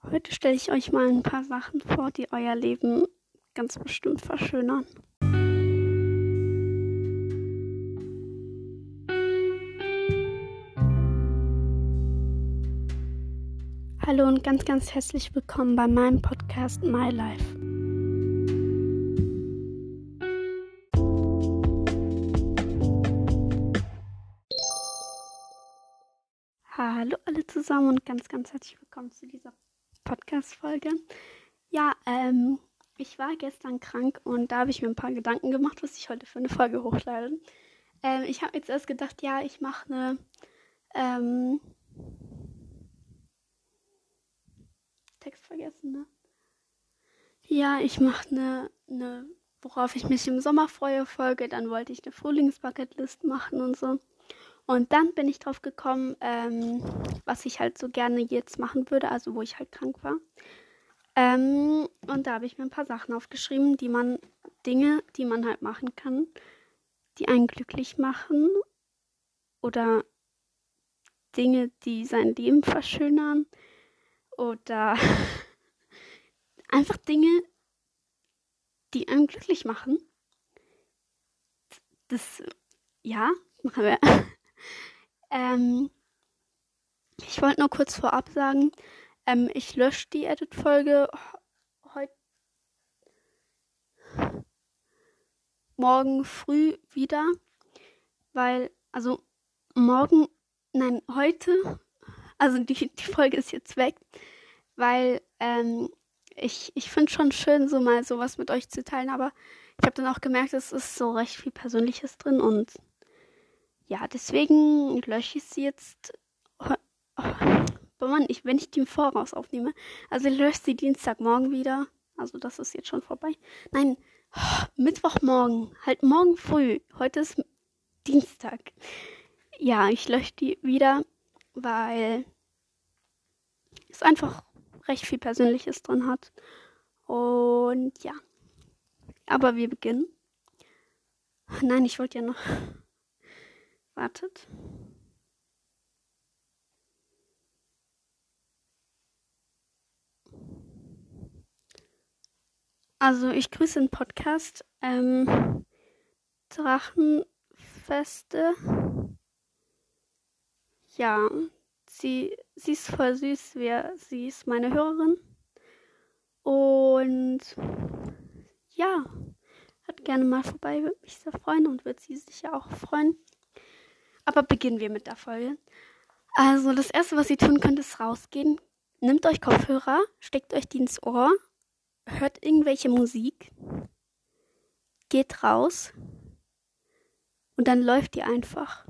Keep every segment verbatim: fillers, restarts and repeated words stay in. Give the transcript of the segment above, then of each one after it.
Heute stelle ich euch mal ein paar Sachen vor, die euer Leben ganz bestimmt verschönern. Hallo und ganz, ganz herzlich willkommen bei meinem Podcast My Life. Hallo alle zusammen und ganz, ganz herzlich willkommen zu dieser Podcast-Folge. Ja, ähm, ich war gestern krank und da habe ich mir ein paar Gedanken gemacht, was ich heute für eine Folge hochlade. Ähm, ich habe jetzt erst gedacht, ja, ich mache eine, ähm, Text vergessen, ne? Ja, ich mache eine, eine, worauf ich mich im Sommer freue, Folge. Dann wollte ich eine Frühlingsbucketlist machen und so. Und dann bin ich drauf gekommen, ähm, was ich halt so gerne jetzt machen würde, also wo ich halt krank war. Ähm, und da habe ich mir ein paar Sachen aufgeschrieben, die man, Dinge, die man halt machen kann, die einen glücklich machen oder Dinge, die sein Leben verschönern oder einfach Dinge, die einen glücklich machen. Das, ja, machen wir. ähm, ich wollte nur kurz vorab sagen, ähm, ich lösche die Edit-Folge heute morgen früh wieder, weil, also morgen, nein, heute, also die, die Folge ist jetzt weg, weil ähm, ich, ich finde schon schön, so mal sowas mit euch zu teilen, aber ich habe dann auch gemerkt, es ist so recht viel Persönliches drin und ja, deswegen lösche ich sie jetzt, oh, oh, Mann, ich, wenn ich die im Voraus aufnehme, also ich lösche sie Dienstagmorgen wieder, also das ist jetzt schon vorbei, nein, oh, Mittwochmorgen, halt morgen früh, heute ist Dienstag, ja, ich lösche die wieder, weil es einfach recht viel Persönliches drin hat. Und ja. Aber wir beginnen. Nein, ich wollte ja noch. Wartet. Also, ich grüße den Podcast. Ähm, Drachenfeste. Ja, sie, sie ist voll süß. Wir, sie ist meine Hörerin. Und ja, hört gerne mal vorbei, würde mich sehr freuen und wird sie sicher auch freuen. Aber beginnen wir mit der Folge. Also das Erste, was ihr tun könnt, ist rausgehen. Nehmt euch Kopfhörer, steckt euch die ins Ohr, hört irgendwelche Musik, geht raus und dann läuft ihr einfach.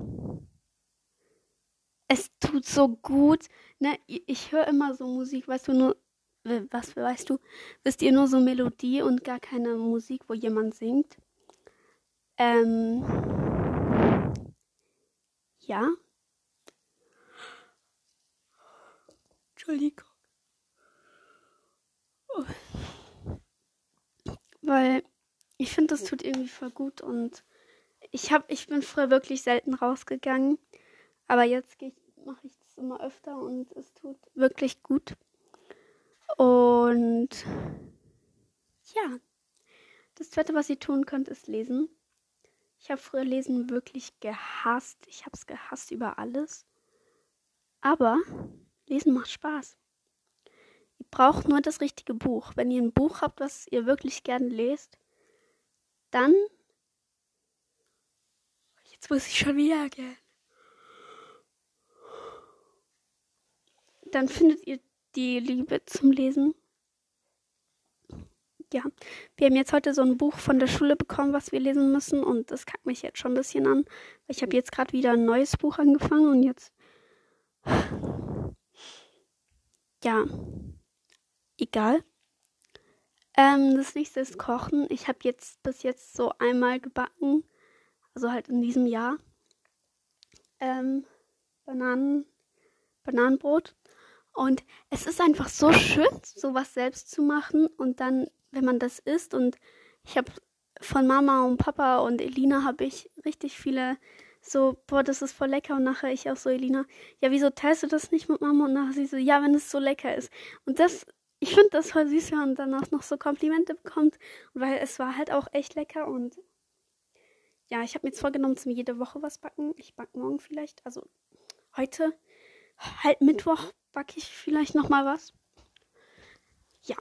Es tut so gut. Ne? Ich höre immer so Musik, weißt du, nur, was weißt du, wisst ihr, nur so Melodie und gar keine Musik, wo jemand singt. Ähm, ja. Entschuldigung. Oh. Weil ich finde, das tut irgendwie voll gut und ich hab, ich bin früher wirklich selten rausgegangen, aber jetzt mache ich das immer öfter und es tut wirklich gut. Und ja, das Zweite, was ihr tun könnt, ist lesen. Ich habe früher Lesen wirklich gehasst. Ich habe es gehasst über alles. Aber Lesen macht Spaß. Ihr braucht nur das richtige Buch. Wenn ihr ein Buch habt, was ihr wirklich gerne lest, dann... Jetzt muss ich schon wieder gehen. Dann findet ihr die Liebe zum Lesen. Ja, wir haben jetzt heute so ein Buch von der Schule bekommen, was wir lesen müssen und das kackt mich jetzt schon ein bisschen an. Ich habe jetzt gerade wieder ein neues Buch angefangen und jetzt... Ja, egal. Ähm, das nächste ist Kochen. Ich habe jetzt bis jetzt so einmal gebacken, also halt in diesem Jahr. Ähm, Bananen, Bananenbrot. Und es ist einfach so schön, sowas selbst zu machen und dann, wenn man das isst und ich habe von Mama und Papa und Elina habe ich richtig viele So, boah, das ist voll lecker. Und nachher ich auch so, Elina, ja, wieso teilst du das nicht mit Mama? Und nachher sie so, ja, wenn es so lecker ist. Und das, ich finde das voll süß, wenn man dann auch noch so Komplimente bekommt, weil es war halt auch echt lecker. Und ja, ich habe mir jetzt vorgenommen, zu mir jede Woche was backen. Ich backe morgen vielleicht, also heute, halt Mittwoch, backe ich vielleicht nochmal was. Ja.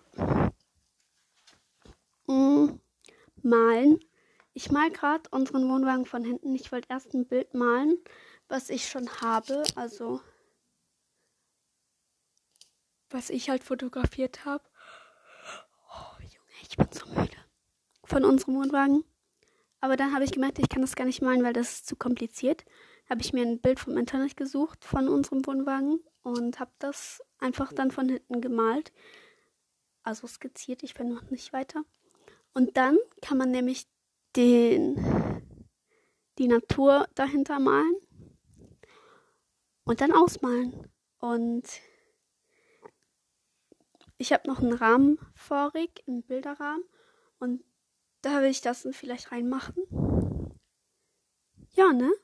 Mm, malen. Ich mal gerade unseren Wohnwagen von hinten. Ich wollte erst ein Bild malen, was ich schon habe, also was ich halt fotografiert habe. Oh, Junge, ich bin so müde. Von unserem Wohnwagen. Aber dann habe ich gemerkt, ich kann das gar nicht malen, weil das ist zu kompliziert. Habe ich mir ein Bild vom Internet gesucht von unserem Wohnwagen und habe das einfach dann von hinten gemalt. Also skizziert, ich bin noch nicht weiter. Und dann kann man nämlich den, die Natur dahinter malen und dann ausmalen. Und ich habe noch einen Rahmen vorig, einen Bilderrahmen. Und da will ich das dann vielleicht reinmachen. Ja, ne?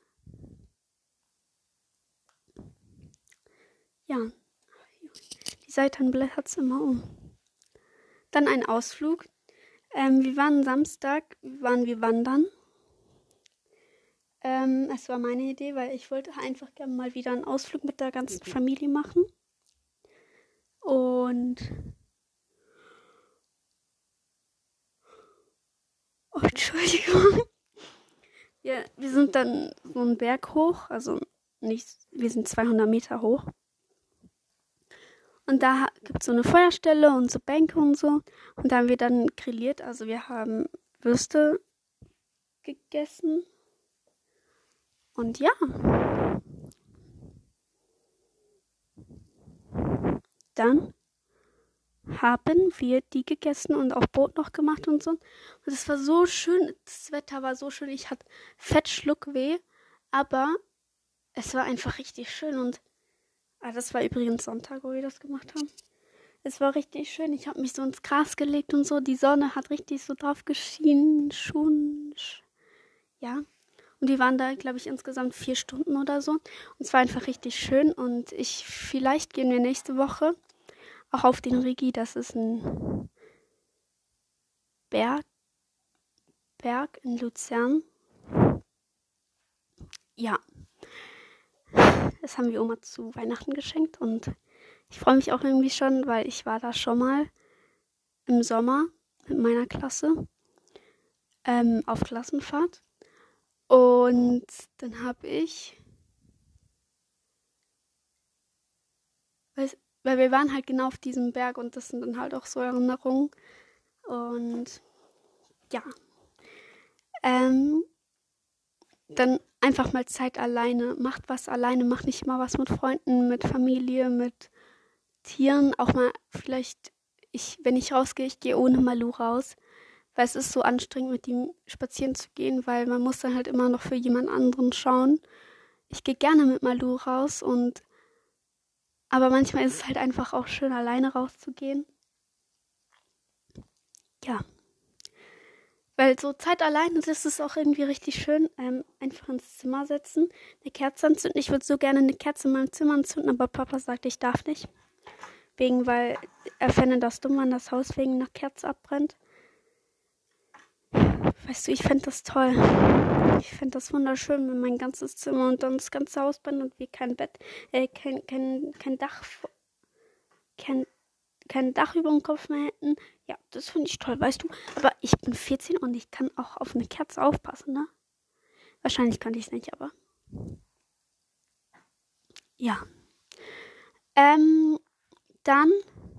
Ja. Die Seite blättert es immer um. Dann ein Ausflug. Ähm, wir waren Samstag, waren wir wandern. Ähm, es war meine Idee, weil ich wollte einfach gerne mal wieder einen Ausflug mit der ganzen Familie machen. Und oh, Entschuldigung. Ja, wir sind dann so einen Berg hoch, also nicht, wir sind zweihundert Meter hoch. Und da gibt es so eine Feuerstelle und so Bänke und so. Und da haben wir dann grilliert, also wir haben Würste gegessen. Und ja. Dann haben wir die gegessen und auch Brot noch gemacht und so. Und es war so schön, das Wetter war so schön. Ich hatte fett Schluckweh, aber es war einfach richtig schön. Und ah, das war übrigens Sonntag, wo wir das gemacht haben. Es war richtig schön. Ich habe mich so ins Gras gelegt und so. Die Sonne hat richtig so drauf geschienen. Schon, ja. Und wir waren da, glaube ich, insgesamt vier Stunden oder so. Und es war einfach richtig schön. Und ich, vielleicht gehen wir nächste Woche auch auf den Rigi. Das ist ein Berg, Berg in Luzern. Ja. Das haben wir Oma zu Weihnachten geschenkt. Und ich freue mich auch irgendwie schon, weil ich war da schon mal im Sommer mit meiner Klasse ähm, auf Klassenfahrt. Und dann habe ich, weil, weil wir waren halt genau auf diesem Berg und das sind dann halt auch so Erinnerungen. Und ja, ähm, dann einfach mal Zeit alleine. Macht was alleine, macht nicht immer was mit Freunden, mit Familie, mit Tieren. Auch mal vielleicht, ich, wenn ich rausgehe, ich gehe ohne Malu raus. Weil es ist so anstrengend, mit ihm spazieren zu gehen, weil man muss dann halt immer noch für jemand anderen schauen. Ich gehe gerne mit Malu raus und aber manchmal ist es halt einfach auch schön, alleine rauszugehen. Ja. Weil so Zeit alleine, das ist auch irgendwie richtig schön. Ähm, einfach ins Zimmer setzen, eine Kerze anzünden. Ich würde so gerne eine Kerze in meinem Zimmer anzünden, aber Papa sagt, ich darf nicht. Wegen, weil er fände das dumm, wenn das Haus wegen einer Kerze abbrennt. Weißt du, ich fände das toll. Ich fände das wunderschön, wenn mein ganzes Zimmer und dann das ganze Haus brennt und wir kein Bett, äh, kein, kein, kein Dach, kein, kein Dach über dem Kopf mehr hätten. Ja, das finde ich toll, weißt du. Aber ich bin vierzehn und ich kann auch auf eine Kerze aufpassen, ne? Wahrscheinlich kann ich es nicht, aber ja. Ähm, dann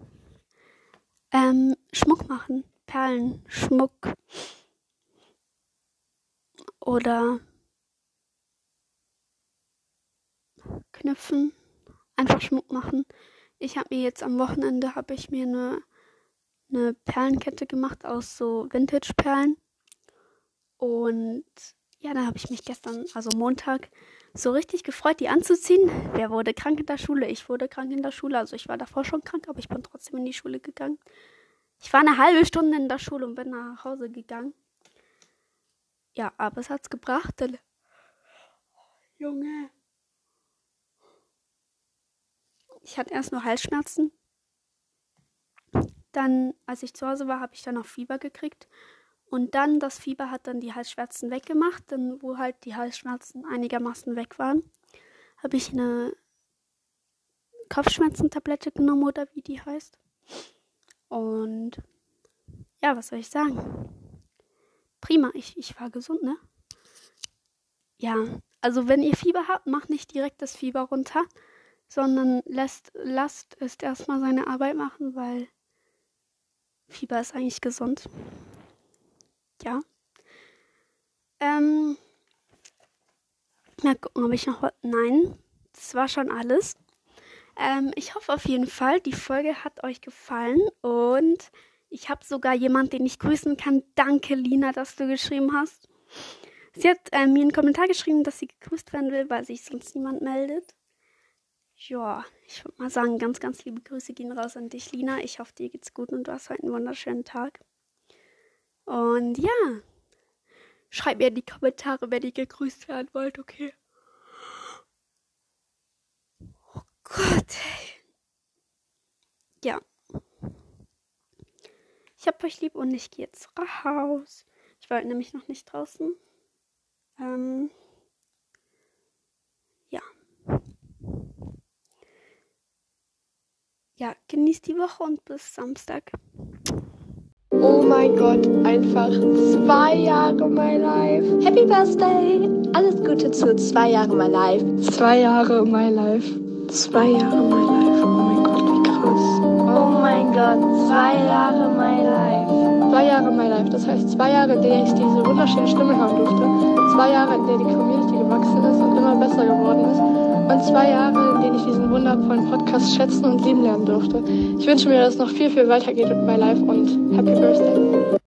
ähm, Schmuck machen. Perlen, Schmuck. Oder knüpfen, einfach Schmuck machen. Ich habe mir jetzt am Wochenende habe ich mir eine eine Perlenkette gemacht aus so Vintage-Perlen. Und ja, da habe ich mich gestern, also Montag, so richtig gefreut, die anzuziehen. Wer wurde krank in der Schule? Ich wurde krank in der Schule. Also ich war davor schon krank, aber ich bin trotzdem in die Schule gegangen. Ich war eine halbe Stunde in der Schule und bin nach Hause gegangen. Ja, aber es hat's gebracht. Junge. Ich hatte erst nur Halsschmerzen. Dann, als ich zu Hause war, habe ich dann auch Fieber gekriegt. Und dann, das Fieber hat dann die Halsschmerzen weggemacht. Dann, wo halt die Halsschmerzen einigermaßen weg waren, habe ich eine Kopfschmerzentablette genommen oder wie die heißt. Und ja, was soll ich sagen? Prima, ich, ich war gesund, ne? Ja, also wenn ihr Fieber habt, macht nicht direkt das Fieber runter, sondern lasst, lasst es erstmal seine Arbeit machen, weil Fieber ist eigentlich gesund. Ja. Ähm. Mal gucken, ob ich noch was. Nein, das war schon alles. Ähm, ich hoffe auf jeden Fall, die Folge hat euch gefallen und ich habe sogar jemanden, den ich grüßen kann. Danke, Lina, dass du geschrieben hast. Sie hat äh, mir einen Kommentar geschrieben, dass sie gegrüßt werden will, weil sich sonst niemand meldet. Ja, ich würde mal sagen, ganz, ganz liebe Grüße gehen raus an dich, Lina. Ich hoffe, dir geht's gut und du hast heute einen wunderschönen Tag. Und ja, schreibt mir in die Kommentare, wenn ihr gegrüßt werden wollt, okay? Oh Gott. Ja. Ich hab euch lieb und ich gehe jetzt raus. Ich war nämlich noch nicht draußen. Ähm. Ja. Ja, genießt die Woche und bis Samstag. Oh mein Gott, einfach zwei Jahre My Life. Happy Birthday! Alles Gute zu zwei Jahre My Life. Zwei Jahre My Life. Zwei Jahre My Life. Oh mein Gott, wie krass. Oh mein Gott, zwei Jahre My Life. Zwei Jahre My Life. Das heißt zwei Jahre, in denen ich diese wunderschöne Stimme hören durfte. Zwei Jahre, in denen die Community gewachsen ist und immer besser geworden ist. Und zwei Jahre, in denen ich diesen wundervollen Podcast schätzen und lieben lernen durfte. Ich wünsche mir, dass es noch viel, viel weiter geht mit My Life und Happy Birthday.